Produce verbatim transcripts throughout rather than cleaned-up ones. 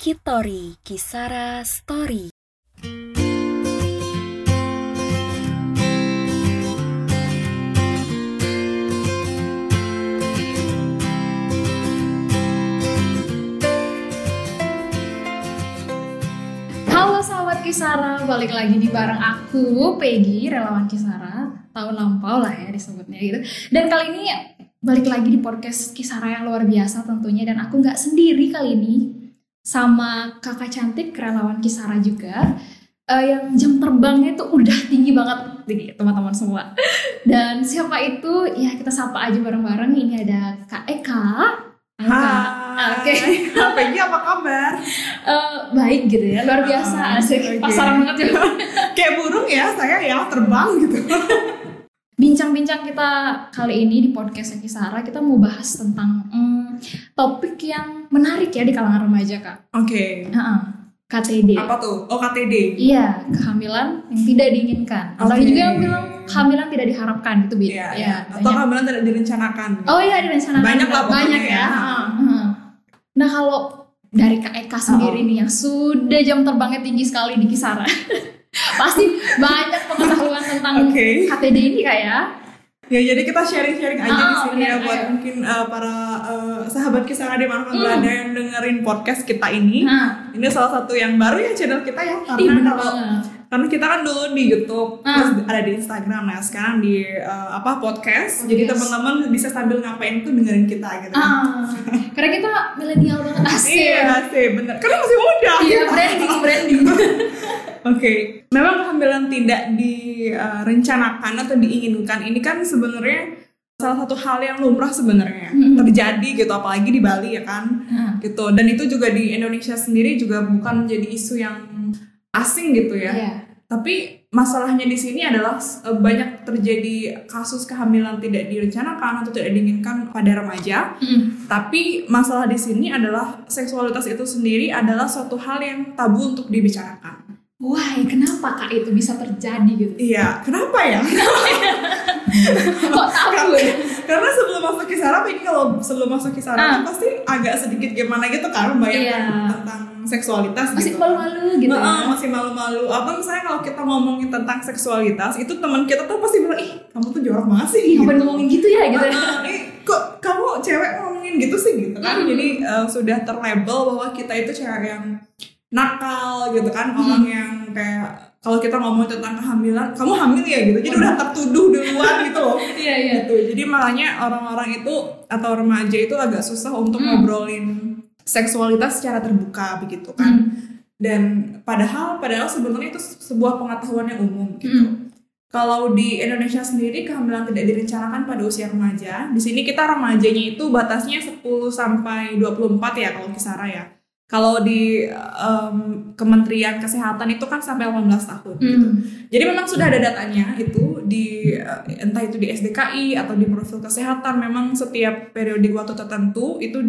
Kitori Kisara Story. Halo sahabat Kisara, balik lagi di bareng aku, Peggy, relawan Kisara. Tahun lampau lah ya disebutnya gitu. Dan kali ini balik lagi di podcast Kisara yang luar biasa tentunya. Dan aku gak sendiri kali ini, sama kakak cantik relawan Kisara juga, uh, yang jam terbangnya tuh udah tinggi banget nih teman-teman semua. Dan siapa itu? Ya kita sapa aja bareng-bareng. Ini ada Kak Eka. Halo Kak. Oke. Kak Peggy apa kabar? Uh, baik gitu ya, luar biasa. Asik, okay. Pasaran banget ya. Kayak burung ya, saya ya terbang gitu. Bincang-bincang kita kali ini di podcast Kisara, kita mau bahas tentang hmm, topik yang menarik ya di kalangan remaja, Kak. Oke. Okay. Uh-uh. K T D. Apa tuh? Oh, K T D. Iya, kehamilan yang tidak diinginkan. Atau okay. juga yang bilang kehamilan tidak diharapkan gitu, Bi. Iya, ya, atau kehamilan tidak direncanakan. Oh iya, direncanakan. Banyak lah banyak ya. ya. Uh-huh. Nah, kalau dari Kak Eka sendiri oh. nih yang sudah jam terbangnya tinggi sekali di Kisara. Pasti banyak pengetahuan tentang okay. K T D ini Kak ya. Ya jadi kita sharing-sharing aja oh, di sini ya buat ayo. mungkin uh, para uh, sahabat Kisara dimanapun hmm. berada yang dengerin podcast kita ini. Nah. Ini salah satu yang baru ya channel kita ya, karena Ih, kalau karena kita kan dulu di YouTube, nah. terus ada di Instagram, nah sekarang di uh, apa podcast. podcast. Jadi teman-teman bisa sambil ngapain tuh dengerin kita gitu. Ah. Karena kita milenial banget asik. Iya sih bener. Karena masih muda. Iya branding branding. Oke, okay. Memang kehamilan tidak direncanakan uh, atau diinginkan ini kan sebenarnya salah satu hal yang lumrah sebenarnya mm-hmm. terjadi gitu, apalagi di Bali ya kan, mm. gitu. Dan itu juga di Indonesia sendiri juga bukan menjadi isu yang asing gitu ya. Yeah. Tapi masalahnya di sini adalah uh, banyak terjadi kasus kehamilan tidak direncanakan atau tidak diinginkan pada remaja. Mm. Tapi masalah di sini adalah seksualitas itu sendiri adalah suatu hal yang tabu untuk dibicarakan. Wah, kenapa Kak itu bisa terjadi gitu? Iya, kenapa ya? Kok tahu ya? Karena sebelum masuk Kisara, ini kalau sebelum masuk Kisara ah. itu pasti agak sedikit gimana gitu kan, membayangkan iya. tentang seksualitas masih gitu. Masih malu-malu gitu nah, ya? Masih malu-malu. Apa misalnya kalau kita ngomongin tentang seksualitas, itu teman kita tuh pasti bilang, ih kamu tuh jorok banget sih. Ngapain gitu. ngomongin gitu ya? Gitu. Nah, eh, kok kamu cewek ngomongin gitu sih gitu kan? Mm-hmm. Jadi uh, sudah terlabel bahwa kita itu cewek yang nakal gitu kan, hmm. orang yang kayak kalau kita ngomong tentang kehamilan, kamu hamil ya gitu, jadi udah tertuduh duluan gitu loh. Iya iya. Gitu. Jadi makanya orang-orang itu atau remaja itu agak susah untuk hmm. ngobrolin seksualitas secara terbuka begitu kan. Hmm. Dan padahal padahal sebenarnya itu sebuah pengetahuan yang umum gitu. Hmm. Kalau di Indonesia sendiri kehamilan tidak direncanakan pada usia remaja. Di sini kita remajanya itu batasnya sepuluh sampai dua puluh empat ya kalau Kisara ya. Kalau di um, Kementerian Kesehatan itu kan sampai delapan belas tahun mm. gitu. Jadi memang sudah ada datanya itu di uh, entah itu di S D K I atau di profil kesehatan, memang setiap periode waktu tertentu itu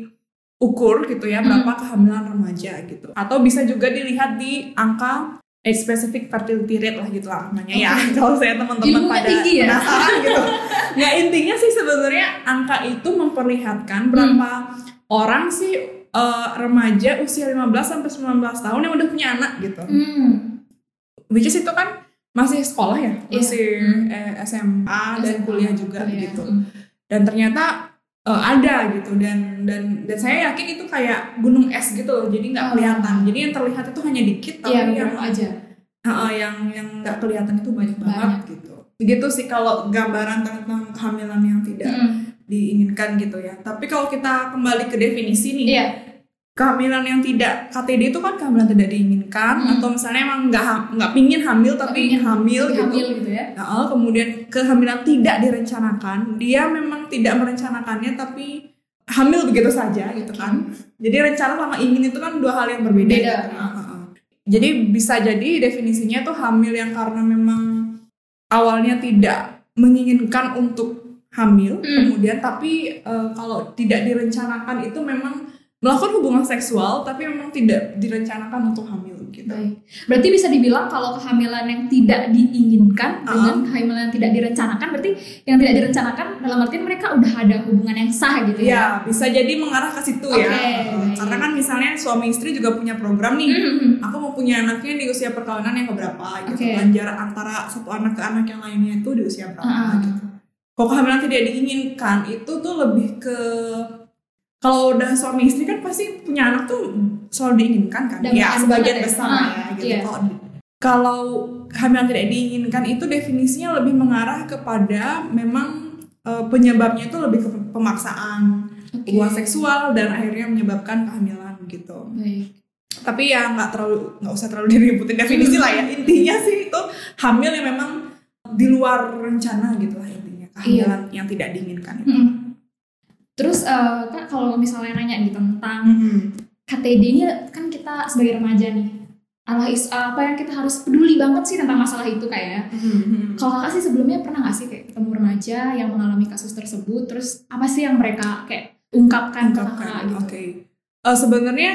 diukur gitu ya berapa mm. kehamilan remaja gitu. Atau bisa juga dilihat di angka age specific fertility rate lah gitu lah namanya okay. ya. Kalau saya teman-teman pada tinggi, ya? penasaran gitu. Nggak, intinya sih sebenarnya angka itu memperlihatkan berapa mm. orang sih Uh, remaja usia lima belas sampai sembilan belas tahun yang udah punya anak gitu. Hmm. Which is itu kan masih sekolah ya, masih yeah. eh, S M A dan kuliah juga kuliah. gitu. Hmm. Dan ternyata uh, ada gitu dan dan dan saya yakin itu kayak gunung es gitu loh. Jadi nggak kelihatan. Oh. Jadi yang terlihat itu hanya dikit, tapi yeah, yang aja. Uh, yang yang nggak kelihatan itu banyak, banyak banget gitu. Begitu sih kalau gambaran tentang kehamilan yang tidak hmm. diinginkan gitu ya. Tapi kalau kita kembali ke definisi nih, yeah. kehamilan yang tidak K T D itu kan kehamilan tidak diinginkan, hmm. atau misalnya emang nggak nggak pingin hamil tapi pingin hamil, gitu. hamil gitu ya. Nah, kemudian kehamilan tidak direncanakan, dia memang tidak merencanakannya tapi hamil begitu saja gitu kan. Jadi rencana sama ingin itu kan dua hal yang berbeda. Beda. Gitu. Uh-huh. Jadi bisa jadi definisinya tuh hamil yang karena memang awalnya tidak menginginkan untuk hamil, hmm. kemudian tapi uh, kalau tidak direncanakan itu memang melakukan hubungan seksual tapi memang tidak direncanakan untuk hamil gitu. Baik. Berarti bisa dibilang kalau kehamilan yang tidak diinginkan Uh-huh. dengan kehamilan yang tidak direncanakan, berarti yang tidak direncanakan dalam artian mereka udah ada hubungan yang sah gitu ya? Ya, bisa jadi mengarah ke situ ya. Oke, Uh, baik. Karena kan misalnya suami istri juga punya program nih. Mhm. Aku mau punya anaknya di usia perkawinan yang keberapa gitu. Oke. Dan jarak antara satu anak ke anak yang lainnya itu di usia berapa Uh-uh. gitu. Kalau kehamilan tidak diinginkan itu tuh lebih ke, kalau udah suami istri kan pasti punya anak tuh selalu diinginkan kan. Dan Ya bukan sebagian banget ya. besar Ah, ya gitu. iya. Kalau kalau kehamilan tidak diinginkan itu definisinya lebih mengarah kepada memang eh, penyebabnya itu lebih ke pemaksaan, Oke. hubungan seksual dan akhirnya menyebabkan kehamilan gitu. Baik. Tapi ya nggak terlalu nggak usah terlalu diributin definisi lah ya. Intinya sih itu hamil yang memang di luar rencana gitu lah intinya, kehamilan yang tidak diinginkan itu. Mhm. Terus eh, Kak kalau misalnya nanya nih tentang Mhm. K T D-nya kan kita sebagai remaja nih, Allah is apa yang kita harus peduli banget sih tentang masalah itu kayak. Mhm. Kalau kakak sih sebelumnya pernah nggak sih kayak ketemu remaja yang mengalami kasus tersebut, terus apa sih yang mereka kayak ungkapkan ke kakak Ungkapkan, gitu? Oke. Eh, sebenarnya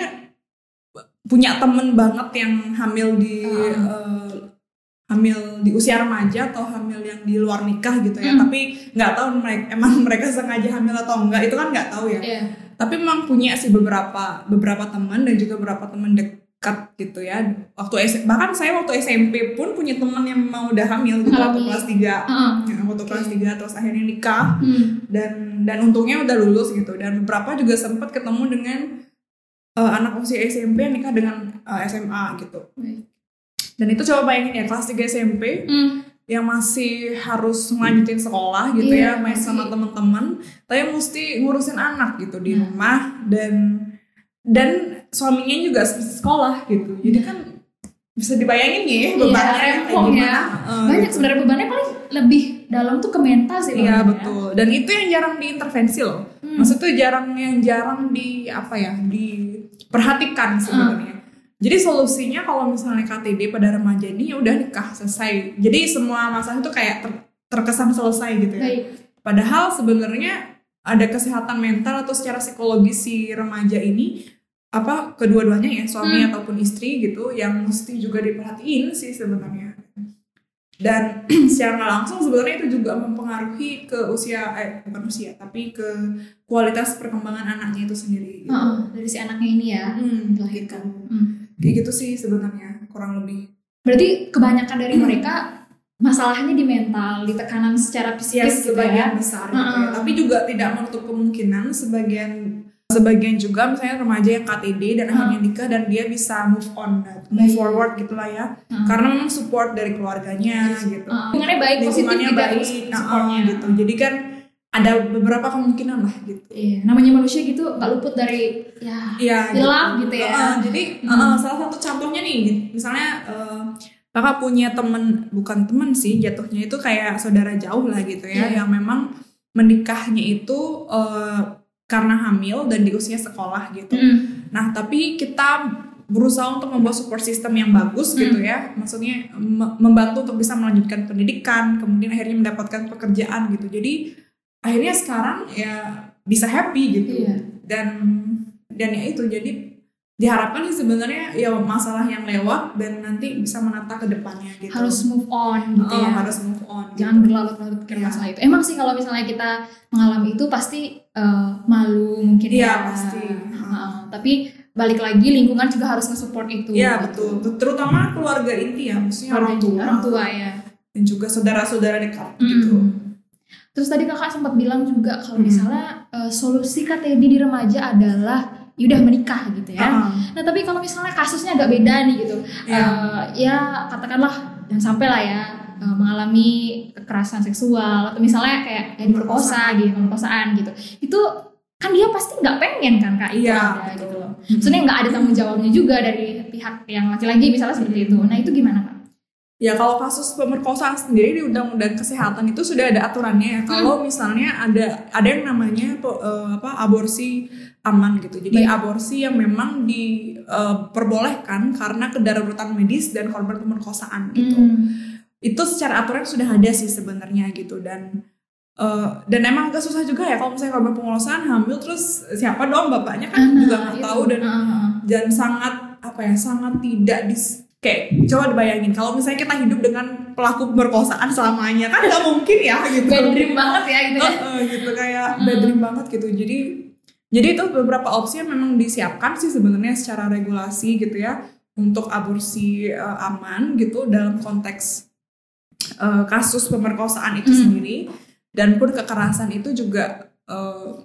punya temen banget yang hamil di Uh. eh, hamil di usia remaja atau hamil yang di luar nikah gitu ya. Hmm. Tapi nggak tahu mereka emang mereka sengaja hamil atau enggak, itu kan nggak tahu ya. Iya. Tapi memang punya sih beberapa beberapa teman dan juga beberapa teman dekat gitu ya. Waktu S- bahkan saya waktu S M P pun punya teman yang memang udah hamil gitu waktu Mengalami. kelas tiga. Heeh. Ya, waktu kelas tiga terus akhirnya nikah Hmm. dan dan untungnya udah lulus gitu. Dan beberapa juga sempat ketemu dengan uh, anak usia S M P yang nikah dengan uh, S M A gitu. Baik. Dan itu coba bayangin ya, kelas tiga S M P Hmm. yang masih harus ngelanjutin sekolah gitu Iya, ya, main masih. sama teman-teman, tapi mesti ngurusin anak gitu di Nah. rumah dan dan suaminya juga sekolah gitu. Jadi kan bisa dibayangin nih Iya, bebannya kayak rempong ya. gimana. Eh, Banyak gitu. sebenarnya bebannya paling lebih dalam tuh ke mental sih. Iya sebenarnya. betul. Dan itu yang jarang diintervensi loh. Hmm. Maksudnya jarang yang jarang di apa ya diperhatikan sebenarnya. Jadi solusinya kalau misalnya K T D pada remaja ini ya udah nikah selesai. Jadi semua masalah itu kayak ter- terkesan selesai gitu ya. Baik. Padahal sebenarnya ada kesehatan mental atau secara psikologis si remaja ini apa kedua-duanya ya suami Hmm. ataupun istri gitu yang mesti juga diperhatiin sih sebenarnya. Dan secara nggak langsung sebenarnya itu juga mempengaruhi ke usia eh bukan usia tapi ke kualitas perkembangan anaknya itu sendiri. Gitu. Heeh, dari si anaknya ini ya Hmm, dilahirkan. gitu. Hmm. Kayak gitu sih sebenarnya kurang lebih. Berarti kebanyakan dari mereka masalahnya di mental, di tekanan secara Ya psikis gitu sebagian ya. besar gitu ya. Uh-uh. Tapi juga tidak menutup kemungkinan sebagian sebagian juga misalnya remaja yang K T D dan akhirnya nikah dan dia bisa move on, move Baik. forward gitulah ya. Uh-uh. Karena memang support dari keluarganya gitu. Uh, hubungannya baik, positif Lingkungannya juga baik, terus uh-uh, supportnya. gitu. Jadi kan ada beberapa kemungkinan lah gitu. Iya, namanya manusia gitu nggak luput dari ya Iya, hilaf gitu ya. Uh, jadi Hmm. uh, salah satu contohnya nih, misalnya uh, kakak punya temen, bukan temen sih, jatuhnya itu kayak saudara jauh lah gitu ya, Iya. yang memang menikahnya itu uh, karena hamil dan di usia sekolah gitu. Hmm. Nah, tapi kita berusaha untuk membuat support system yang bagus Hmm. gitu ya, maksudnya me- membantu untuk bisa melanjutkan pendidikan, kemudian akhirnya mendapatkan pekerjaan gitu. Jadi akhirnya sekarang ya bisa happy gitu. Iya. Dan dan ya itu jadi diharapkan sih sebenarnya ya masalah yang lewat dan nanti bisa menata ke depannya gitu. Harus move on gitu Oh, ya. harus move on. Jangan gitu. berlarut-larut ke Iya. masalah itu. Emang sih kalau misalnya kita mengalami itu pasti eh, malu mungkin Iya, ya. pasti. Heeh, tapi balik lagi lingkungan juga harus nge-support itu. Iya gitu. betul. Terutama keluarga inti ya, maksudnya Keluarga orang juga, tua, orang tua ya. dan juga saudara-saudara dekat Mm. gitu. Terus tadi kakak sempat bilang juga kalau Mm. misalnya eh, solusi K T D di remaja adalah ya udah menikah gitu ya. Uh-uh. Nah tapi kalau misalnya kasusnya agak beda nih gitu, Iya. Eh, ya katakanlah jangan sampai lah ya eh, mengalami kekerasan seksual atau misalnya kayak ya diperkosa gitu, pemerkosaan gitu, itu kan dia pasti nggak pengen kan kak itu Iya, ada betul. gitu loh. Maksudnya nggak ada tanggung jawabnya juga dari pihak yang laki-laki misalnya seperti itu. Nah itu gimana kak? Ya kalau kasus pemerkosaan sendiri di Undang-Undang Kesehatan itu sudah ada aturannya ya. Kalau misalnya ada ada yang namanya po- eh, apa aborsi aman gitu. Jadi Baik. aborsi yang memang diperbolehkan karena kedaruratan medis dan korban pemerkosaan gitu. Hmm. Itu secara aturan sudah ada sih sebenarnya gitu dan eh, dan emang agak susah juga ya kalau misalnya korban pemerkosaan hamil terus siapa dong bapaknya kan Nah, juga nggak itu. tahu dan Heeh. dan sangat apa ya, sangat tidak dis kayak coba dibayangin kalau misalnya kita hidup dengan pelaku pemerkosaan selamanya, kan nggak mungkin ya gitu. Bad dream banget ya gitu ya. Uh, uh, gitu kayak hmm. bad dream banget gitu. Jadi jadi itu beberapa opsi yang memang disiapkan sih sebenarnya secara regulasi gitu ya untuk aborsi uh, aman gitu dalam konteks uh, kasus pemerkosaan itu hmm. sendiri, dan pun kekerasan itu juga uh,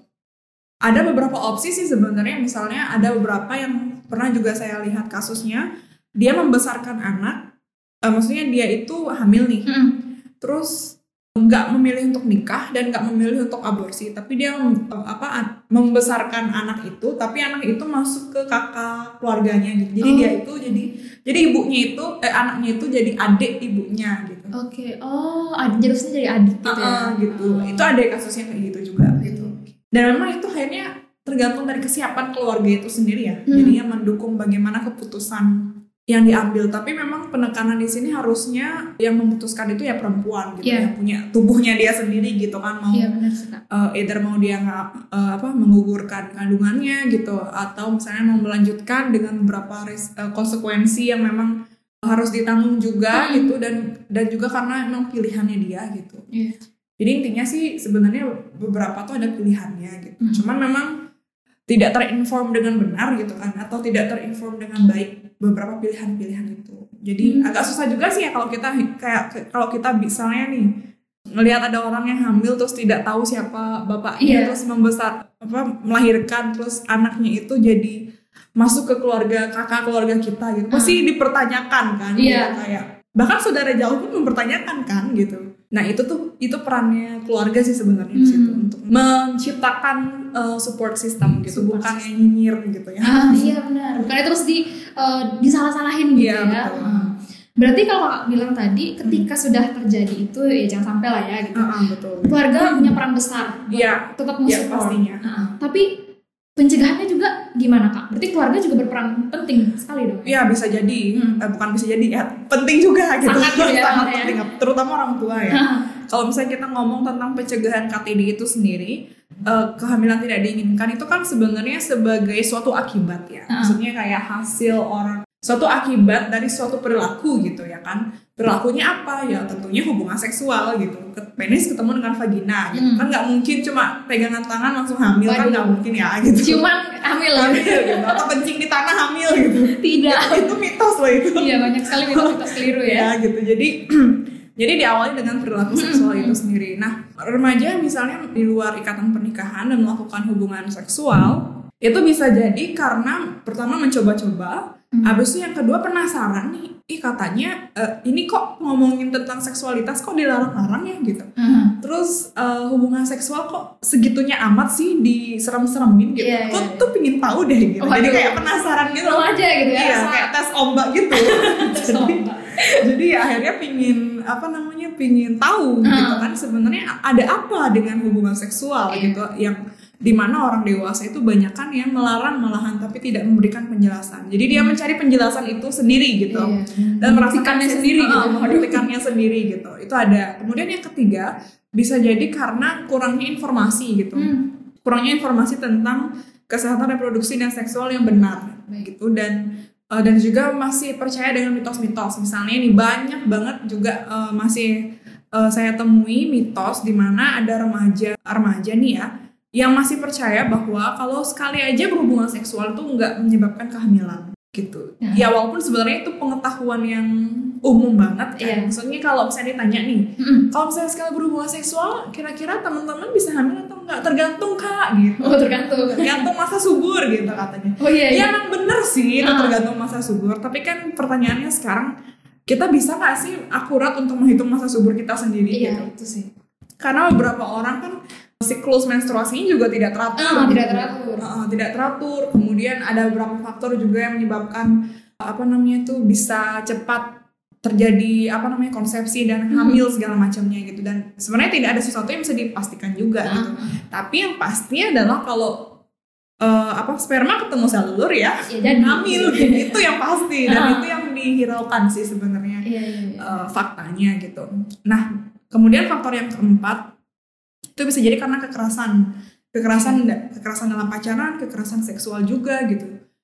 ada beberapa opsi sih sebenarnya. Misalnya ada beberapa yang pernah juga saya lihat kasusnya, dia membesarkan anak, uh, maksudnya dia itu hamil nih, hmm. terus nggak memilih untuk nikah dan nggak memilih untuk aborsi, tapi dia uh, apa membesarkan anak itu, tapi anak itu masuk ke kakak keluarganya gitu. Jadi oh. dia itu jadi jadi ibunya itu eh, anaknya itu jadi adik ibunya gitu. Oke, okay. oh ad- jadinya jadi adik gitu uh, ya. Gitu. Oh. Itu ada kasusnya kayak gitu juga gitu. Dan memang itu akhirnya tergantung dari kesiapan keluarga itu sendiri ya. Hmm. Jadinya mendukung bagaimana keputusan yang diambil, tapi memang penekanan di sini harusnya yang memutuskan itu ya perempuan gitu yeah. ya, punya tubuhnya dia sendiri gitu kan, mau yeah, benar, uh, either mau dia nggak uh, apa menggugurkan kandungannya gitu, atau misalnya mau melanjutkan dengan beberapa res, uh, konsekuensi yang memang harus ditanggung juga hmm. gitu, dan dan juga karena memang pilihannya dia gitu. Yeah. Jadi intinya sih sebenarnya beberapa tuh ada pilihannya gitu, hmm. cuman memang tidak terinform dengan benar gitu kan, atau tidak terinform dengan baik beberapa pilihan-pilihan itu. Jadi hmm. agak susah juga sih ya kalau kita kayak kalau kita misalnya nih ngelihat ada orang yang hamil terus tidak tahu siapa bapaknya, yeah. terus membesar apa melahirkan, terus anaknya itu jadi masuk ke keluarga kakak keluarga kita gitu, pasti hmm. dipertanyakan kan, yeah. gitu, kayak bahkan saudara jauh pun mempertanyakan kan gitu. Nah itu tuh itu perannya keluarga sih sebenarnya hmm. di situ untuk menciptakan uh, support system gitu, support bukan yang nyinyir gitu ya. Ah iya benar. Bukannya terus di uh, disalah-salahin gitu ya. ya. Hmm. Berarti kalau Kak bilang tadi ketika hmm. sudah terjadi itu ya jangan sampai lah ya gitu. Uh, uh, betul. Keluarga punya peran besar. Iya. Tetap ya, mensupport. pastinya. Uh, tapi pencegahannya juga gimana Kak? Berarti keluarga juga berperan penting sekali dong? Iya bisa jadi, hmm. eh, bukan bisa jadi ya, penting juga gitu. Sangat, ya, sangat ya. penting, terutama orang tua ya. Kalau misalnya kita ngomong tentang pencegahan K T D itu sendiri, uh, kehamilan tidak diinginkan itu kan sebenarnya sebagai suatu akibat ya, uh. maksudnya kayak hasil orang, suatu akibat dari suatu perilaku gitu ya kan. Perilakunya apa ya, tentunya hubungan seksual gitu, penis ketemu dengan vagina gitu. hmm. Kan nggak mungkin cuma pegangan tangan langsung hamil. Waduh. Kan nggak mungkin ya gitu, cuman hamil hamil gitu, atau kencing di tanah hamil gitu, tidak ya, itu mitos loh itu. Iya banyak sekali mitos-mitos keliru ya, ya gitu. Jadi jadi diawali dengan perilaku seksual itu sendiri. Nah remaja misalnya di luar ikatan pernikahan dan melakukan hubungan seksual itu bisa jadi karena pertama mencoba-coba, hmm. abis itu yang kedua penasaran nih, ih katanya uh, ini kok ngomongin tentang seksualitas kok dilarang-larang ya gitu. Hmm. Terus uh, hubungan seksual kok segitunya amat sih diserem-seremin gitu. Yeah, kok yeah, tuh pingin tahu deh gitu. Oh, jadi aduh. Kayak penasaran gitu. Lo aja gitu ya. Iya, kayak tes ombak gitu. jadi, jadi ya akhirnya pingin apa namanya pingin tahu hmm. gitu kan sebenarnya ada apa dengan hubungan seksual yeah. gitu, yang dimana orang dewasa itu banyak kan yang melarang malahan tapi tidak memberikan penjelasan. Jadi dia mencari penjelasan itu sendiri gitu, iya. dan merasakannya sendiri, gitu, membuktikannya sendiri gitu. Itu ada. Kemudian yang ketiga bisa jadi karena kurangnya informasi gitu, hmm. kurangnya informasi tentang kesehatan reproduksi dan seksual yang benar. Baik. Gitu, dan uh, dan juga masih percaya dengan mitos-mitos. Misalnya ini banyak banget juga uh, masih uh, saya temui mitos di mana ada remaja remaja nih ya, yang masih percaya bahwa kalau sekali aja berhubungan seksual itu nggak menyebabkan kehamilan gitu. Ya, ya walaupun sebenarnya itu pengetahuan yang umum banget kan. Ya. Maksudnya kalau misalnya ditanya nih, mm-hmm. kalau misalnya sekali berhubungan seksual, kira-kira teman-teman bisa hamil atau enggak? Tergantung Kak gitu. Oh tergantung. Tergantung masa subur gitu katanya. Oh iya. iya. Ya emang bener sih itu uh. tergantung masa subur. Tapi kan pertanyaannya sekarang, kita bisa nggak sih akurat untuk menghitung masa subur kita sendiri? Iya gitu? itu sih. Karena beberapa orang kan siklus menstruasinya juga tidak teratur, ah, tidak teratur, uh, tidak teratur. Kemudian ada beberapa faktor juga yang menyebabkan apa namanya itu bisa cepat terjadi apa namanya konsepsi dan hamil hmm. segala macamnya gitu. Dan sebenarnya tidak ada sesuatu yang bisa dipastikan juga ah. gitu. Tapi yang pasti adalah kalau uh, apa sperma ketemu sel telur ya, ya jadi hamil gitu. Itu yang pasti dan ah. itu yang dihiraukan sih sebenarnya ya, ya, ya. Uh, faktanya gitu. Nah kemudian faktor yang keempat itu bisa jadi karena kekerasan, kekerasan, kekerasan dalam pacaran, kekerasan seksual juga gitu.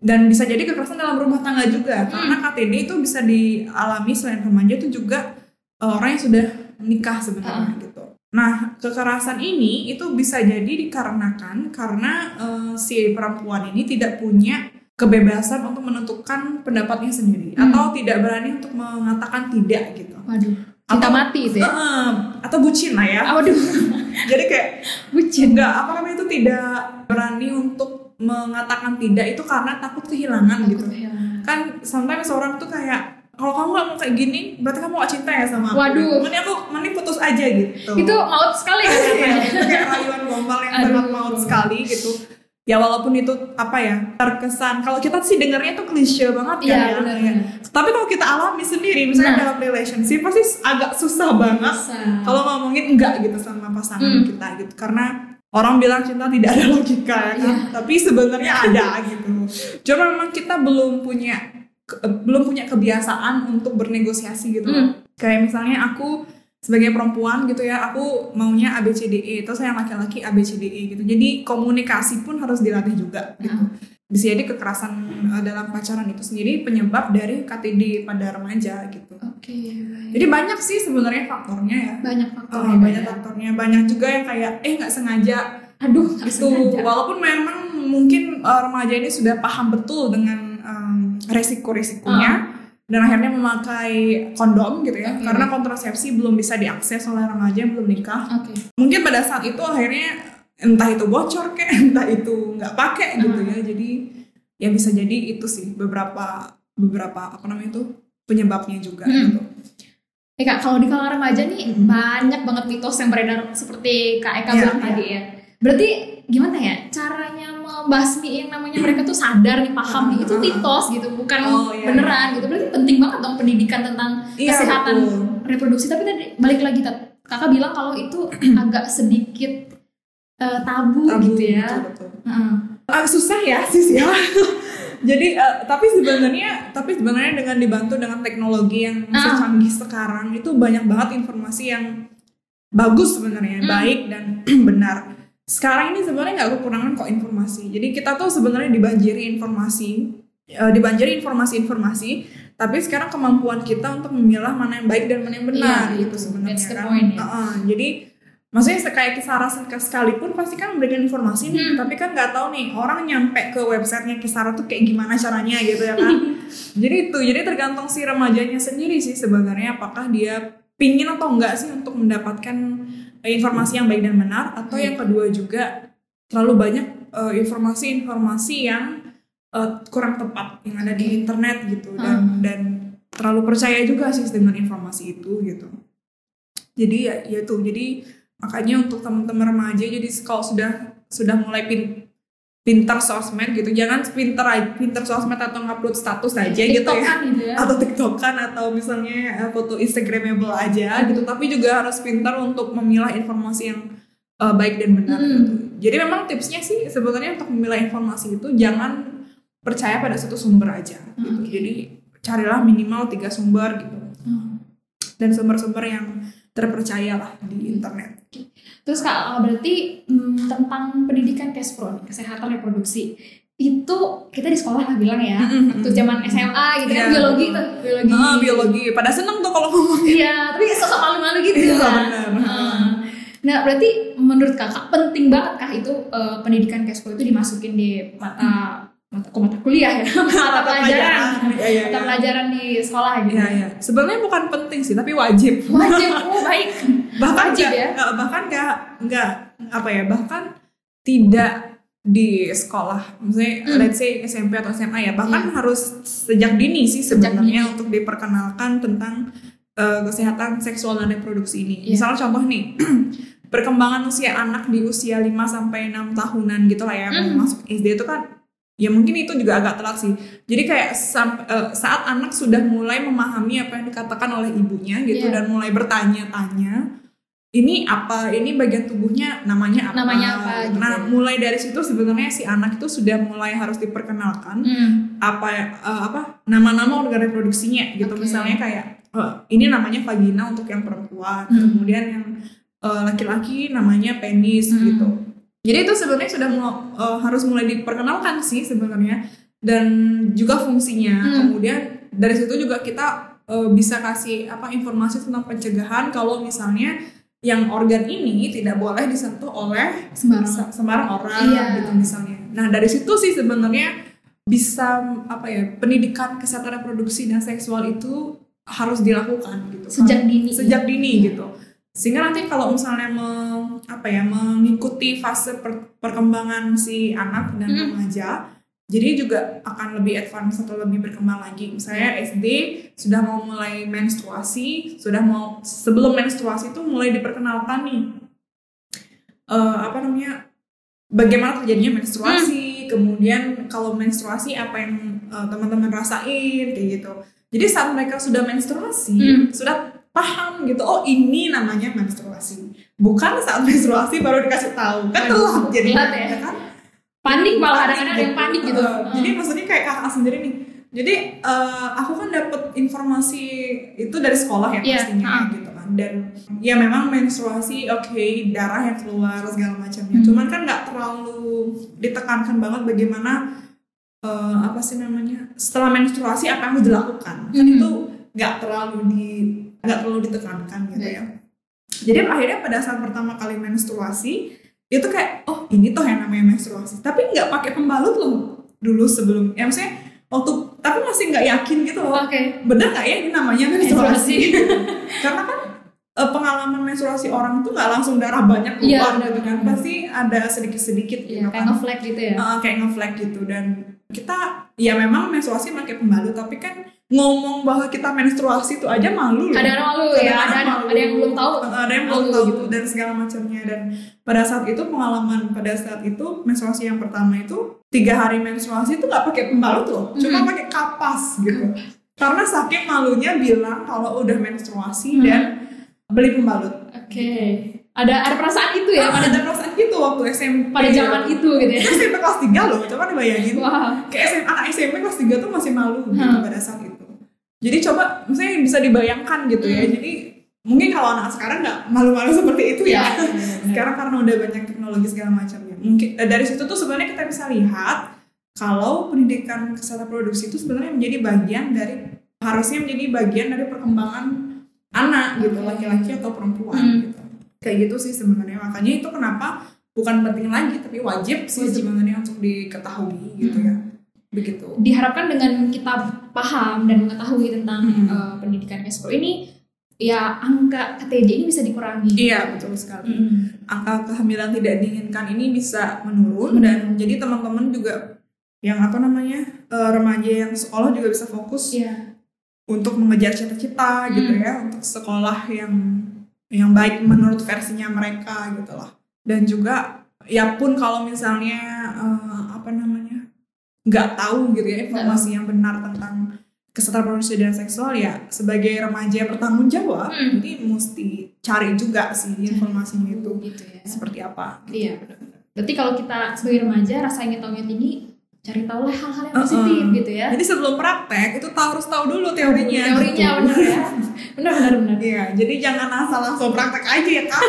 dan bisa jadi kekerasan dalam rumah tangga juga, hmm. karena K T D itu bisa dialami selain remaja itu juga uh, orang yang sudah menikah sebenarnya uh. gitu. Nah, kekerasan ini itu bisa jadi dikarenakan karena uh, si perempuan ini tidak punya kebebasan untuk menentukan pendapatnya sendiri, hmm. atau tidak berani untuk mengatakan tidak gitu. Waduh, cinta mati itu ya? Uh, atau bucin lah ya. Waduh. Jadi kayak bucin. Enggak, apa namanya itu tidak berani untuk mengatakan tidak itu karena takut kehilangan takut gitu. Kehilangan. Kan sometimes orang tuh kayak, kalau kamu gak mau kayak gini, berarti kamu gak cinta ya sama aku. Waduh. Mending aku, mending putus aja gitu. Itu maut sekali ya. Itu kayak rayuan gombal yang sangat maut sekali gitu. Ya walaupun itu apa ya, terkesan, kalau kita sih dengarnya itu klise banget ya. Iya benar ya. Tapi kalau kita alami sendiri, misalnya nah. dalam relationship, pasti agak susah banget kalau ngomongin enggak gitu sama pasangan hmm. kita gitu. Karena orang bilang cinta tidak ada logika ya kan, yeah. tapi sebenarnya ada gitu. Cuma memang kita belum punya ke, belum punya kebiasaan untuk bernegosiasi gitu. Mm. Kayak misalnya aku sebagai perempuan gitu ya, aku maunya A B C D E, terus yang laki-laki A B C D E gitu. Jadi komunikasi pun harus dilatih juga gitu. Mm. Bisa jadi kekerasan uh, dalam pacaran itu sendiri penyebab dari K T D pada remaja gitu. Oke. Okay. Jadi banyak sih sebenarnya faktornya ya. Banyak faktornya. Oh, banyak faktornya. Banyak juga yang kayak eh nggak sengaja. Aduh, itu walaupun memang mungkin uh, remaja ini sudah paham betul dengan um, resiko-resikonya uh. dan akhirnya memakai kondom gitu ya, okay. karena kontrasepsi belum bisa diakses oleh remaja yang belum nikah. Okay. Mungkin pada saat itu akhirnya entah itu bocor kayak entah itu nggak pakai uh. gitu ya. Jadi ya bisa jadi itu sih beberapa beberapa apa namanya itu penyebabnya juga hmm. gitu. Eh Kak, kalau di kalangan remaja nih hmm. banyak banget mitos yang beredar seperti Kak Eka yeah, bilang yeah. tadi ya. Berarti gimana ya caranya membasmiin namanya mereka tuh sadar nih paham nih itu mitos gitu bukan oh, iya, beneran iya. gitu. Berarti penting banget dong pendidikan tentang iya, kesehatan betul. reproduksi. Tapi tadi balik lagi Kakak bilang kalau itu agak sedikit uh, tabu, tabu gitu ya. Betul, betul. Uh. Uh, susah ya sis ya. Jadi uh, tapi sebenarnya tapi sebenarnya dengan dibantu dengan teknologi yang uh. secanggih sekarang itu banyak banget informasi yang bagus sebenarnya, hmm. baik dan benar. Sekarang ini sebenarnya nggak kekurangan kok informasi. Jadi kita tuh sebenarnya dibanjiri informasi, uh, dibanjiri informasi-informasi. Tapi sekarang kemampuan kita untuk memilah mana yang baik dan mana yang benar iya, gitu sebenarnya kan. Point, ya. uh-uh. Jadi maksudnya kayak Kisara sekalipun pasti kan memberikan informasi nih, hmm. tapi kan nggak tahu nih orang nyampe ke websitenya Kisara tuh kayak gimana caranya gitu ya kan. Jadi itu, jadi tergantung si remajanya sendiri sih sebenarnya apakah dia pingin atau enggak sih untuk mendapatkan informasi yang baik dan benar, atau hmm. yang kedua juga terlalu banyak uh, informasi-informasi yang uh, kurang tepat yang ada di internet gitu dan hmm. dan terlalu percaya juga sih dengan informasi itu gitu. Jadi ya, ya tuh jadi makanya untuk teman-teman remaja jadi kalau sudah sudah mulai pin, pintar sosmed gitu, jangan pintar pintar sosmed atau ngupload status aja gitu ya, gitu ya, atau TikTokan atau misalnya foto Instagramable aja gitu, tapi juga harus pintar untuk memilah informasi yang uh, baik dan benar hmm. gitu. Jadi memang tipsnya sih sebenarnya untuk memilah informasi itu jangan percaya pada satu sumber aja gitu. Okay. Jadi carilah minimal tiga sumber gitu hmm. dan sumber-sumber yang terpercaya lah di internet. Terus Kak, berarti hmm, tentang pendidikan Kespro, kesehatan reproduksi itu kita di sekolah lah bilang ya, mm-hmm. waktu zaman S M A gitu yeah, kan biologi tuh, biologi. Oh, biologi. Pada seneng tuh kalau ngomongin. Iya, tapi sosok malu-malu gitu iya, kan. Benar. Uh, nah, berarti menurut Kakak penting banget kah itu uh, pendidikan Kespro itu dimasukin di mata mata, mata kuliah ya, mata pelajaran, ya, ya, mata pelajaran di sekolah gitu. Iya, iya. Sebenarnya bukan penting sih, tapi wajib. Wajib, oh baik. Bahkan wajib gak, ya. Bahkan nggak nggak apa ya, bahkan tidak di sekolah, maksudnya hmm. let's say S M P atau S M A ya, bahkan hmm. harus sejak dini sih sebenarnya untuk diperkenalkan tentang uh, kesehatan seksual dan reproduksi ini. Yeah. Misalnya contoh nih, perkembangan usia anak di usia lima sampai enam tahunan gitu lah ya, hmm. masuk S D itu kan. Ya mungkin itu juga agak telat sih. Jadi kayak sam, uh, saat anak sudah mulai memahami apa yang dikatakan oleh ibunya gitu yeah. dan mulai bertanya-tanya, ini apa, ini bagian tubuhnya namanya apa? Namanya apa gitu. Nah, mulai dari situ sebenarnya si anak itu sudah mulai harus diperkenalkan mm. apa uh, apa nama-nama organ reproduksinya gitu. Okay. Misalnya kayak uh, ini namanya vagina untuk yang perempuan, mm. kemudian yang uh, laki-laki namanya penis mm. gitu. Jadi itu sebenarnya sudah uh, harus mulai diperkenalkan sih sebenarnya. dan juga fungsinya. Hmm. Kemudian dari situ juga kita uh, bisa kasih apa informasi tentang pencegahan kalau misalnya yang organ ini tidak boleh disentuh oleh sembarang, sembarang orang iya. gitu misalnya. Nah dari situ sih sebenarnya bisa apa ya pendidikan kesehatan reproduksi dan seksual itu harus dilakukan gitu sejak dini sejak dini gitu sehingga nanti kalau misalnya me, apa ya mengikuti fase per, perkembangan si anak dan hmm. remaja jadi juga akan lebih advance atau lebih berkembang lagi. Misalnya S D sudah mau mulai menstruasi, sudah mau sebelum menstruasi itu mulai diperkenalkan nih uh, apa namanya bagaimana terjadinya menstruasi, hmm. kemudian kalau menstruasi apa yang uh, teman-teman rasain kayak gitu. Jadi saat mereka sudah menstruasi, hmm. sudah paham gitu, oh ini namanya menstruasi. Bukan saat menstruasi baru dikasih tahu, kan telat jadi ya kan. Panik malah kadang-kadang ada yang panik gitu. Uh, hmm. Jadi maksudnya kayak kakak sendiri nih. Jadi uh, aku kan dapet informasi itu dari sekolah ya yeah. pastinya uh. gitu kan. Dan ya memang menstruasi oke okay, darah yang keluar segala macamnya. Hmm. Cuman kan nggak terlalu ditekankan banget bagaimana uh, apa sih namanya setelah menstruasi apa yang harus dilakukan. Hmm. Kan itu nggak terlalu di nggak terlalu ditekankan gitu yeah. ya. Jadi akhirnya pada saat pertama kali menstruasi itu kayak oh ini tuh yang namanya menstruasi tapi nggak pakai pembalut loh dulu sebelum ya maksudnya waktu tapi masih nggak yakin gitu loh okay. bener nggak ya ini namanya menstruasi karena kan eh, pengalaman menstruasi orang tuh nggak langsung darah banyak keluar yeah, gitu kan pasti ada sedikit sedikit yeah, gitu kayak kan ngeflag gitu ya uh, kayak ngeflag gitu dan kita ya memang menstruasi pakai pembalut tapi kan ngomong bahwa kita menstruasi itu aja malu loh. Ada yang malu ya, ada, malu. ada yang belum tahu. Ada yang belum tahu gitu. Dan segala macamnya dan pada saat itu pengalaman pada saat itu menstruasi yang pertama itu tiga hari menstruasi itu nggak pakai pembalut loh, mm-hmm. cuma pakai kapas gitu. Karena saking malunya bilang kalau udah menstruasi mm-hmm. dan beli pembalut. Oke. Okay. Ada ada perasaan itu ya? Ah, ada perasaan gitu waktu S M P. Pada zaman itu gitu ya. Itu S M P kelas tiga loh, coba dibayangin. Wah. Kayak S M P, anak S M P kelas tiga tuh masih malu gitu hmm. pada saat itu. Jadi coba misalnya bisa dibayangkan gitu ya. Hmm. Jadi mungkin kalau anak sekarang nggak malu-malu seperti itu ya. ya, ya, ya sekarang karena udah banyak teknologi segala macamnya. Mungkin dari situ tuh sebenarnya kita bisa lihat kalau pendidikan kesehatan reproduksi itu sebenarnya menjadi bagian dari harusnya menjadi bagian dari perkembangan anak gitu, laki-laki atau perempuan hmm. gitu. Kayak gitu sih sebenarnya, makanya itu kenapa bukan penting lagi tapi wajib sih wajib. sebenarnya untuk diketahui gitu hmm. ya begitu. Diharapkan dengan kita paham dan mengetahui tentang hmm. uh, pendidikan S P O ini ya angka K T J ini bisa dikurangi. Iya betul sekali. hmm. Angka kehamilan tidak diinginkan ini bisa menurun hmm. dan jadi teman-teman juga yang apa namanya uh, remaja yang sekolah juga bisa fokus yeah. untuk mengejar cita-cita hmm. gitu ya, untuk sekolah yang yang baik menurut versinya mereka gitu lah. Dan juga ya pun kalau misalnya uh, apa namanya nggak tahu gitu ya informasi yang benar tentang kesehatan reproduksi dan seksual ya sebagai remaja bertanggung jawab hmm. jadi mesti cari juga sih informasinya itu gitu ya. Seperti apa gitu. Iya benar-benar. Berarti kalau kita sebagai remaja rasa ingin tahunya tinggi, cari tahu lah hal-hal yang positif uh-uh. gitu ya. Jadi sebelum praktek itu tahu harus tahu dulu teorinya. Teorinya gitu. Benar ya. Benar benar benar. Iya, jadi jangan asal langsung praktek aja ya Kak.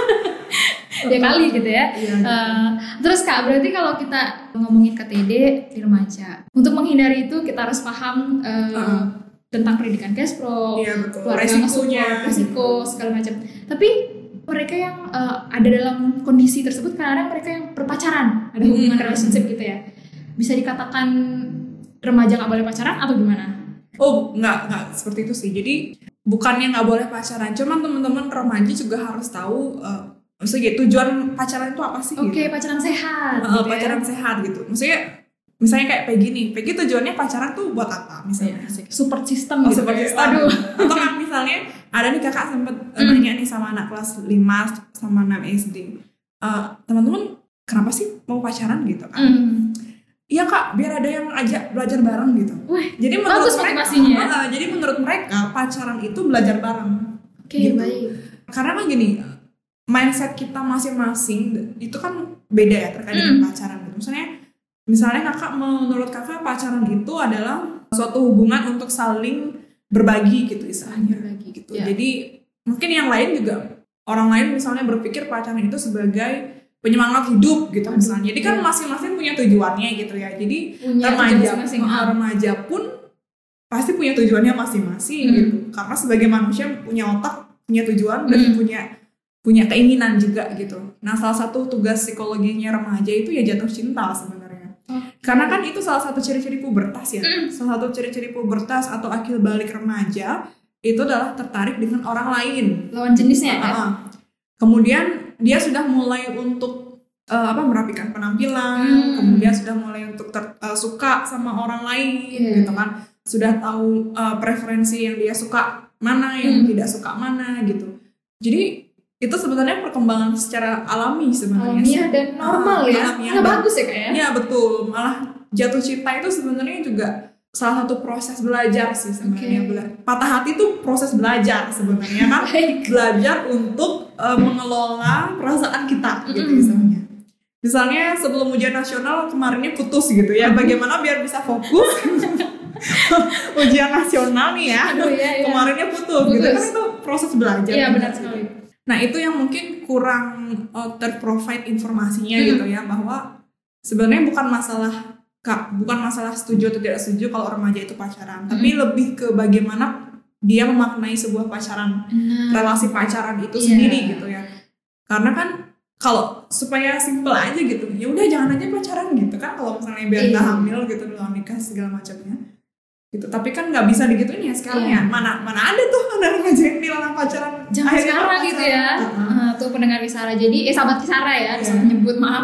Ya kali gitu ya. Iya, uh, terus Kak, berarti kalau kita ngomongin K T D di remaja, untuk menghindari itu kita harus paham uh, uh-huh. tentang pendidikan Kespro, iya, betul. keluarga resikonya, resiko segala macam. Tapi mereka yang uh, ada dalam kondisi tersebut kadang-kadang mereka yang berpacaran, ada hubungan hmm. relationship gitu ya. Bisa dikatakan remaja nggak boleh pacaran atau gimana? Oh nggak nggak seperti itu sih. Jadi bukannya nggak boleh pacaran, cuman teman-teman remaja juga harus tahu uh, maksudnya tujuan pacaran itu apa sih? Oke okay, gitu. Pacaran sehat. Uh, gitu pacaran ya? sehat gitu. Maksudnya misalnya kayak Peggy nih, Peggy tujuannya pacaran tuh buat apa? Misalnya ya, support system oh, gitu. Support system. Aduh. Atau kan misalnya ada nih kakak sempet mm. nanya nih sama anak kelas lima sama enam S D. Uh, teman-teman kenapa sih mau pacaran gitu kan? Mm. Iya kak, biar ada yang ajak belajar bareng gitu. Wih, jadi menurut bagus mereka, uh, jadi menurut mereka pacaran itu belajar bareng. Oke, okay, gitu. Baik. Karena kan gini, mindset kita masing-masing itu kan beda ya terkait dengan hmm. pacaran gitu. Misalnya, misalnya kakak menurut kakak pacaran itu adalah suatu hubungan untuk saling berbagi gitu istilahnya. Berbagi gitu. Ya. Jadi mungkin yang lain juga orang lain misalnya berpikir pacaran itu sebagai penyemangat hidup gitu misalnya. Jadi kan masing-masing punya tujuannya gitu ya. Jadi Punya remaja tujuan masing-masing. remaja pun pasti punya tujuannya masing-masing Hmm. gitu. Karena sebagai manusia punya otak, punya tujuan dan Hmm. punya punya keinginan juga gitu. Nah, salah satu tugas psikologinya remaja itu ya jatuh cinta sebenarnya. Oh. Karena kan itu salah satu ciri-ciri pubertas ya. Hmm. Salah satu ciri-ciri pubertas atau akil balik remaja itu adalah tertarik dengan orang lain. Lawan jenisnya kan? Uh-uh. Kemudian dia sudah mulai untuk uh, apa merapikan penampilan, Hmm. kemudian sudah mulai untuk ter, uh, suka sama orang lain Yeah. gitu kan. Sudah tahu uh, preferensi yang dia suka mana, yang Hmm. tidak suka mana gitu. Jadi itu sebenarnya perkembangan secara alami sebenarnya. Alamiah dan normal Uh, ya. alamiah Malah dan- bagus ya Kak ya? Iya betul, malah jatuh cinta itu sebenarnya juga salah satu proses belajar sih sebenarnya. Oke. Bela- Patah hati itu proses belajar sebenarnya kan. Baik. Belajar untuk uh, mengelola perasaan kita gitu Mm-mm. misalnya. Misalnya sebelum ujian nasional kemarinnya putus gitu ya. Bagaimana biar bisa fokus ujian nasional nih ya. Aduh, iya, iya. Kemarinnya putus, gitu Putus. kan itu proses belajar. Iya gitu. benar sekali. Nah itu yang mungkin kurang uh, terprovide informasinya Hmm. gitu ya, bahwa sebenarnya bukan masalah kak bukan masalah setuju atau tidak setuju kalau remaja itu pacaran, tapi lebih ke bagaimana dia memaknai sebuah pacaran, Nah. relasi pacaran itu Iya. sendiri gitu ya. Karena kan kalau supaya simple aja gitu, ya udah jangan aja pacaran gitu kan, kalau misalnya biar nggak Iya. hamil gitu dalam nikah segala macamnya gitu. Tapi kan nggak bisa digituin ya sekarang Iya. ya. Mana mana ada tuh anak remaja yang dilarang pacaran. Jangan Akhirnya sekarang pacaran. gitu ya. Uh-uh. Ah, tuh pendengar Kisara. Jadi eh sahabat Kisara ya, bisa Iya. menyebut maaf.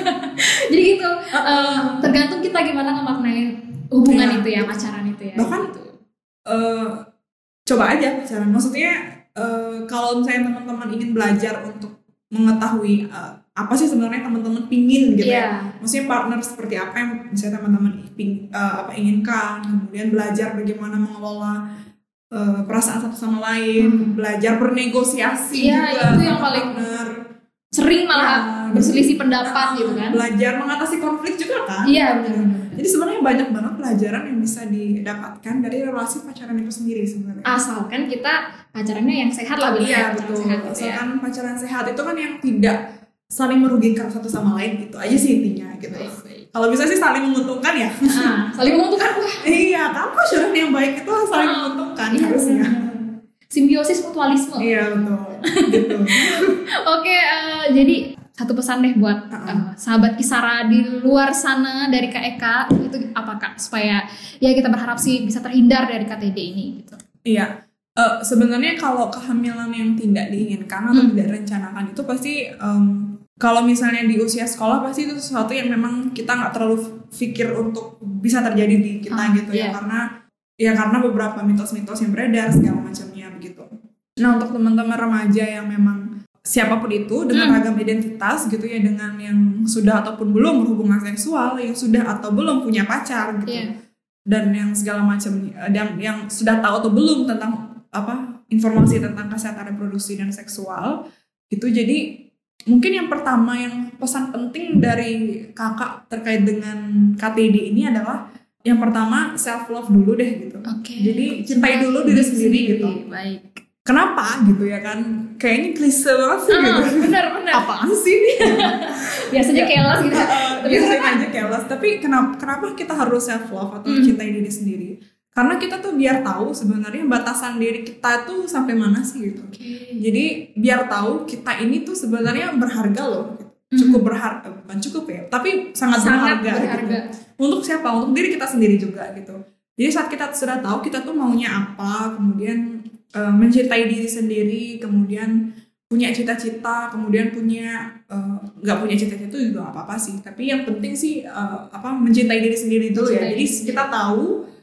Jadi gitu. eh, tergantung kita gimana memaknai hubungan Iya. itu ya, pacaran itu ya. Bahkan, gitu. Eh, coba aja pacaran. Maksudnya eh, kalau misalnya teman-teman ingin belajar untuk mengetahui eh, apa sih sebenarnya teman-teman pingin gitu Iya. ya. Maksudnya partner seperti apa yang misalnya teman-teman ping, eh, apa inginkan, kemudian belajar bagaimana mengelola eh, perasaan satu sama lain, Hmm. belajar bernegosiasi Iya, juga itu yang sama paling partner. Sering malah Ya, berselisih pendapat Nah, gitu kan. Belajar mengatasi konflik juga kan. Iya benar. Jadi sebenarnya banyak banget pelajaran yang bisa didapatkan dari relasi pacaran itu sendiri sebenarnya. Asalkan kita pacarannya yang sehat lah, benar Iya ya, pacaran betul. sehat gitu ya. Asalkan pacaran sehat itu kan yang tidak saling merugikan satu sama lain, gitu aja sih intinya gitu. Baik, baik. Kalau bisa sih saling menguntungkan ya. Nah, saling menguntungkan. Wah, Iya kan pacaran yang baik itu saling menguntungkan iya, harusnya. benar. Simbiosis mutualisme. Iya betul. Gitu. Oke, eh, jadi satu pesan deh buat Uh-uh. eh, sahabat Kisara di luar sana dari Kak Eka, itu apa Kak, supaya ya kita berharap sih bisa terhindar dari K T D ini gitu. Iya. Eh, sebenarnya kalau kehamilan yang tidak diinginkan atau Hmm. tidak direncanakan itu pasti em, kalau misalnya di usia sekolah pasti itu sesuatu yang memang kita nggak terlalu pikir untuk bisa terjadi di kita Ah, gitu ya, iya. karena ya karena beberapa mitos-mitos yang beredar segala macamnya begitu. Nah untuk teman-teman remaja yang memang siapapun itu dengan Hmm. ragam identitas gitu ya, dengan yang sudah ataupun belum berhubungan seksual, yang sudah atau belum punya pacar gitu, Iya. dan yang segala macam, dan yang sudah tahu atau belum tentang apa informasi tentang kesehatan reproduksi dan seksual gitu. Jadi mungkin yang pertama, yang pesan penting dari kakak terkait dengan K T D ini adalah yang pertama self love dulu deh gitu. Oke. Jadi cintai dulu diri sendiri gitu. Baik. Kenapa gitu ya kan? Kayaknya klise banget sih gitu. Ah, benar benar. Apaan sih nih? Biasanya kelas gitu. Tapi sering aja careless. Tapi kenapa kenapa kita harus self love atau Hmm. cintai diri sendiri? Karena kita tuh biar tahu sebenarnya batasan diri kita tuh sampai mana sih gitu. Oke. Jadi biar tahu kita ini tuh sebenarnya berharga loh. Hmm. Cukup berharga, bukan cukup ya, tapi sangat, Sangat berharga, berharga. gitu. Untuk siapa? Untuk diri kita sendiri juga gitu. Jadi saat kita sudah tahu kita tuh maunya apa, kemudian uh, mencintai diri sendiri, kemudian punya cita-cita, kemudian punya uh, nggak punya cita-cita itu juga nggak apa-apa sih. Tapi yang penting sih uh, apa mencintai diri sendiri dulu ya. Mencintai Jadi diri sendiri. kita tahu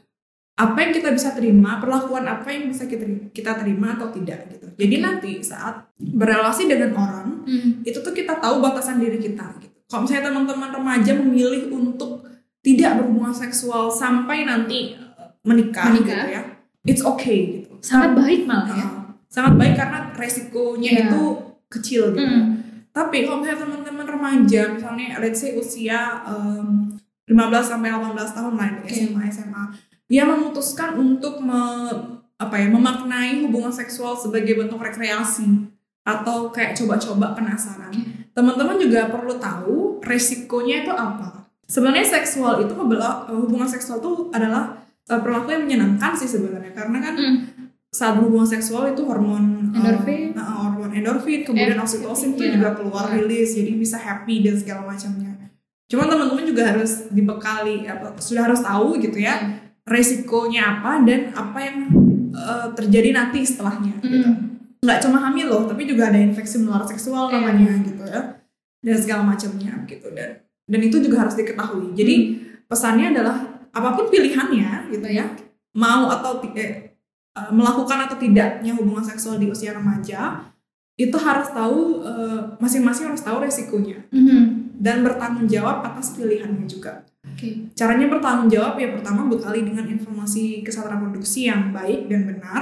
apa yang kita bisa terima, perlakuan apa yang bisa kita kita terima atau tidak gitu. Jadi Oke. nanti saat berrelasi dengan orang Hmm. itu tuh kita tahu batasan diri kita gitu. Kalau misalnya teman-teman remaja memilih untuk tidak berhubungan seksual sampai nanti uh, menikah, Menikah. gitu ya, it's okay gitu. Sangat baik malah ya. Uh, sangat baik karena resikonya Iya. itu kecil gitu. Hmm. Tapi kalau misalnya teman-teman remaja, misalnya let's say usia um, lima belas sampai delapan belas tahun lah, Oke. S M A S M A, dia memutuskan untuk me, apa ya, memaknai hubungan seksual sebagai bentuk rekreasi atau kayak coba-coba penasaran. teman-teman juga perlu tahu resikonya itu apa. Sebenarnya seksual itu hubungan seksual itu adalah uh, perilaku yang menyenangkan sih sebenarnya, karena kan mm. saat berhubungan seksual itu hormon endorfin, uh, hormon endorfin, kemudian oksitosin itu yeah. juga keluar yeah. rilis, jadi bisa happy dan segala macamnya. Cuman teman-teman juga harus dibekali, apa sudah harus tahu gitu ya yeah. resikonya apa dan apa yang uh, terjadi nanti setelahnya. Mm. Gitu. Nggak cuma hamil loh, tapi juga ada infeksi menular seksual yeah. namanya gitu ya, dan segala macamnya gitu, dan dan itu juga harus diketahui. Jadi mm. pesannya adalah apapun pilihannya gitu ya, mau atau tidak eh, melakukan atau tidaknya hubungan seksual di usia remaja, itu harus tahu eh, masing-masing harus tahu resikonya mm-hmm. dan bertanggung jawab atas pilihannya juga. Okay. Caranya bertanggung jawab ya pertama bekali dengan informasi kesehatan reproduksi yang baik dan benar.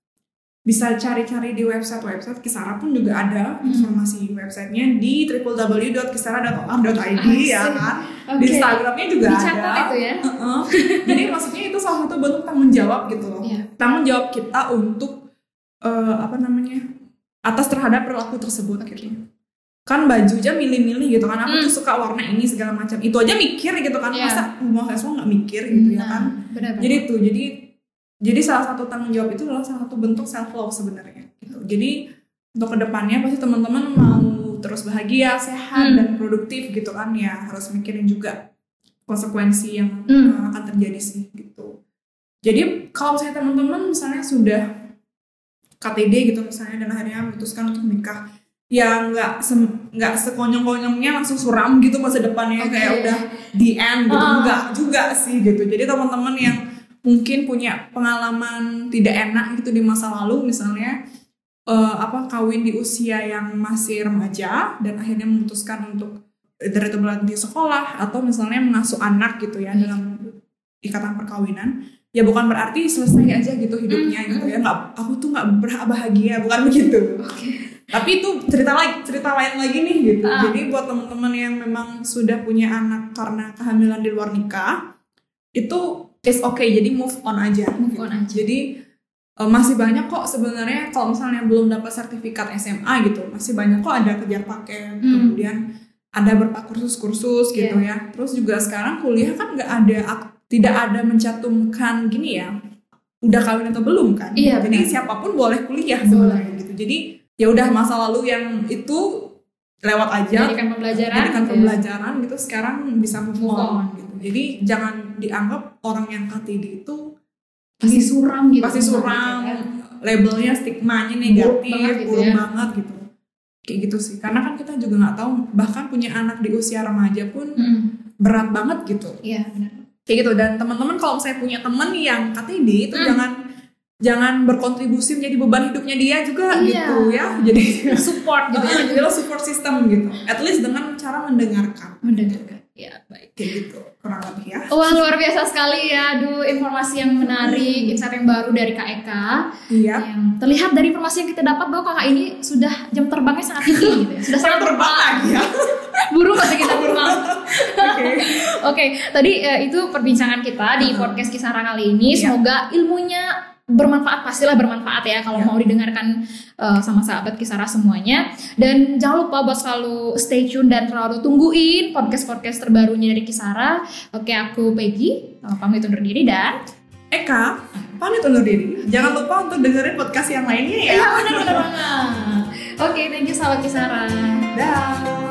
Bisa cari-cari di website-website Kisara pun juga ada hmm. informasi websitenya di w w w dot kisara dot o r dot i d ya kan. Okay. Di Instagramnya juga dicatat ada. Itu ya. Uh-uh. Jadi maksudnya itu salah satu bentuk tanggung jawab gitu loh. Yeah. Tanggung jawab kita untuk uh, apa namanya atas terhadap perilaku tersebut gitu. Kan baju aja milih-milih gitu kan. Aku hmm. tuh suka warna ini segala macam. Itu aja mikir gitu kan. Yeah. Masa hubungan seksual nggak mikir gitu nah, ya kan. Benar-benar. Jadi itu jadi Jadi salah satu tanggung jawab itu adalah salah satu bentuk self love sebenarnya gitu. Jadi untuk kedepannya pasti teman-teman mau terus bahagia, sehat hmm. dan produktif gitu kan ya, harus mikirin juga konsekuensi yang hmm. uh, akan terjadi sih gitu. Jadi kalau misalnya teman-teman misalnya sudah K T D gitu misalnya dan akhirnya memutuskan untuk nikah, ya nggak se- nggak sekonyong-konyongnya langsung suram gitu masa depannya okay. kayak udah the end gitu, oh. nggak juga sih gitu. Jadi teman-teman yang mungkin punya pengalaman tidak enak gitu di masa lalu misalnya uh, apa kawin di usia yang masih remaja dan akhirnya memutuskan untuk dari itu berhenti sekolah atau misalnya mengasuh anak gitu ya dalam ikatan perkawinan, ya bukan berarti selesai aja gitu hidupnya gitu ya, nggak aku tuh nggak bahagia, bukan begitu. Okay. Tapi itu cerita lain cerita lain lagi nih gitu. Uh. Jadi buat teman-teman yang memang sudah punya anak karena kehamilan di luar nikah itu it's okay, jadi move on aja. Move on aja. Jadi uh, masih banyak kok sebenarnya kalau misalnya belum dapat sertifikat S M A gitu, masih banyak kok ada kejar paket, hmm. kemudian ada beberapa kursus-kursus yeah. gitu ya. Terus juga sekarang kuliah kan nggak ada, tidak ada mencantumkan gini ya, udah kawin atau belum kan? Iya. Jadi benar. Siapapun boleh kuliah sebenarnya gitu. Jadi ya udah masa lalu yang itu lewat aja. Jadikan pembelajaran. Jadikan gitu pembelajaran ya. Gitu. Sekarang bisa move on gitu. Jadi jangan dianggap orang yang K T D itu pasti suram gitu. Pasti suram, ya. Labelnya stigmanya negatif, buruk banget, gitu, ya. banget gitu. Kayak gitu sih. Karena kan kita juga nggak tahu, bahkan punya anak di usia remaja pun hmm. berat banget gitu. Iya benar. Kayak gitu. Dan teman-teman kalau misalnya punya teman yang K T D itu hmm. jangan jangan berkontribusi menjadi beban hidupnya dia juga iya. gitu ya. Jadi support gitu ya. Jadi support system gitu. At least dengan cara mendengarkan. Mendengarkan. Ya, baik. Kayak gitu, kurang lebih ya. Wah, luar biasa sekali ya. Aduh, informasi yang menarik, insight yang baru dari Kak Eka. Iya. Yang terlihat dari informasi yang kita dapat bahwa kakak ini sudah jam terbangnya sangat tinggi gitu ya. Sudah sangat terbang ya. Burung pasti kita terbang. Oke. Oke, tadi uh, itu perbincangan kita di podcast Kisara kali ini. Semoga ilmunya bermanfaat, pastilah bermanfaat ya kalau ya. Mau didengarkan uh, sama sahabat Kisara semuanya. Dan jangan lupa buat selalu stay tune dan selalu tungguin podcast-podcast terbarunya dari Kisara. Oke, aku Peggy, pamit undur diri, dan Eka pamit undur diri. Jangan lupa untuk dengerin podcast yang lainnya ya. Iya, benar-benar banget. Oke, thank you sahabat Kisara. Dah.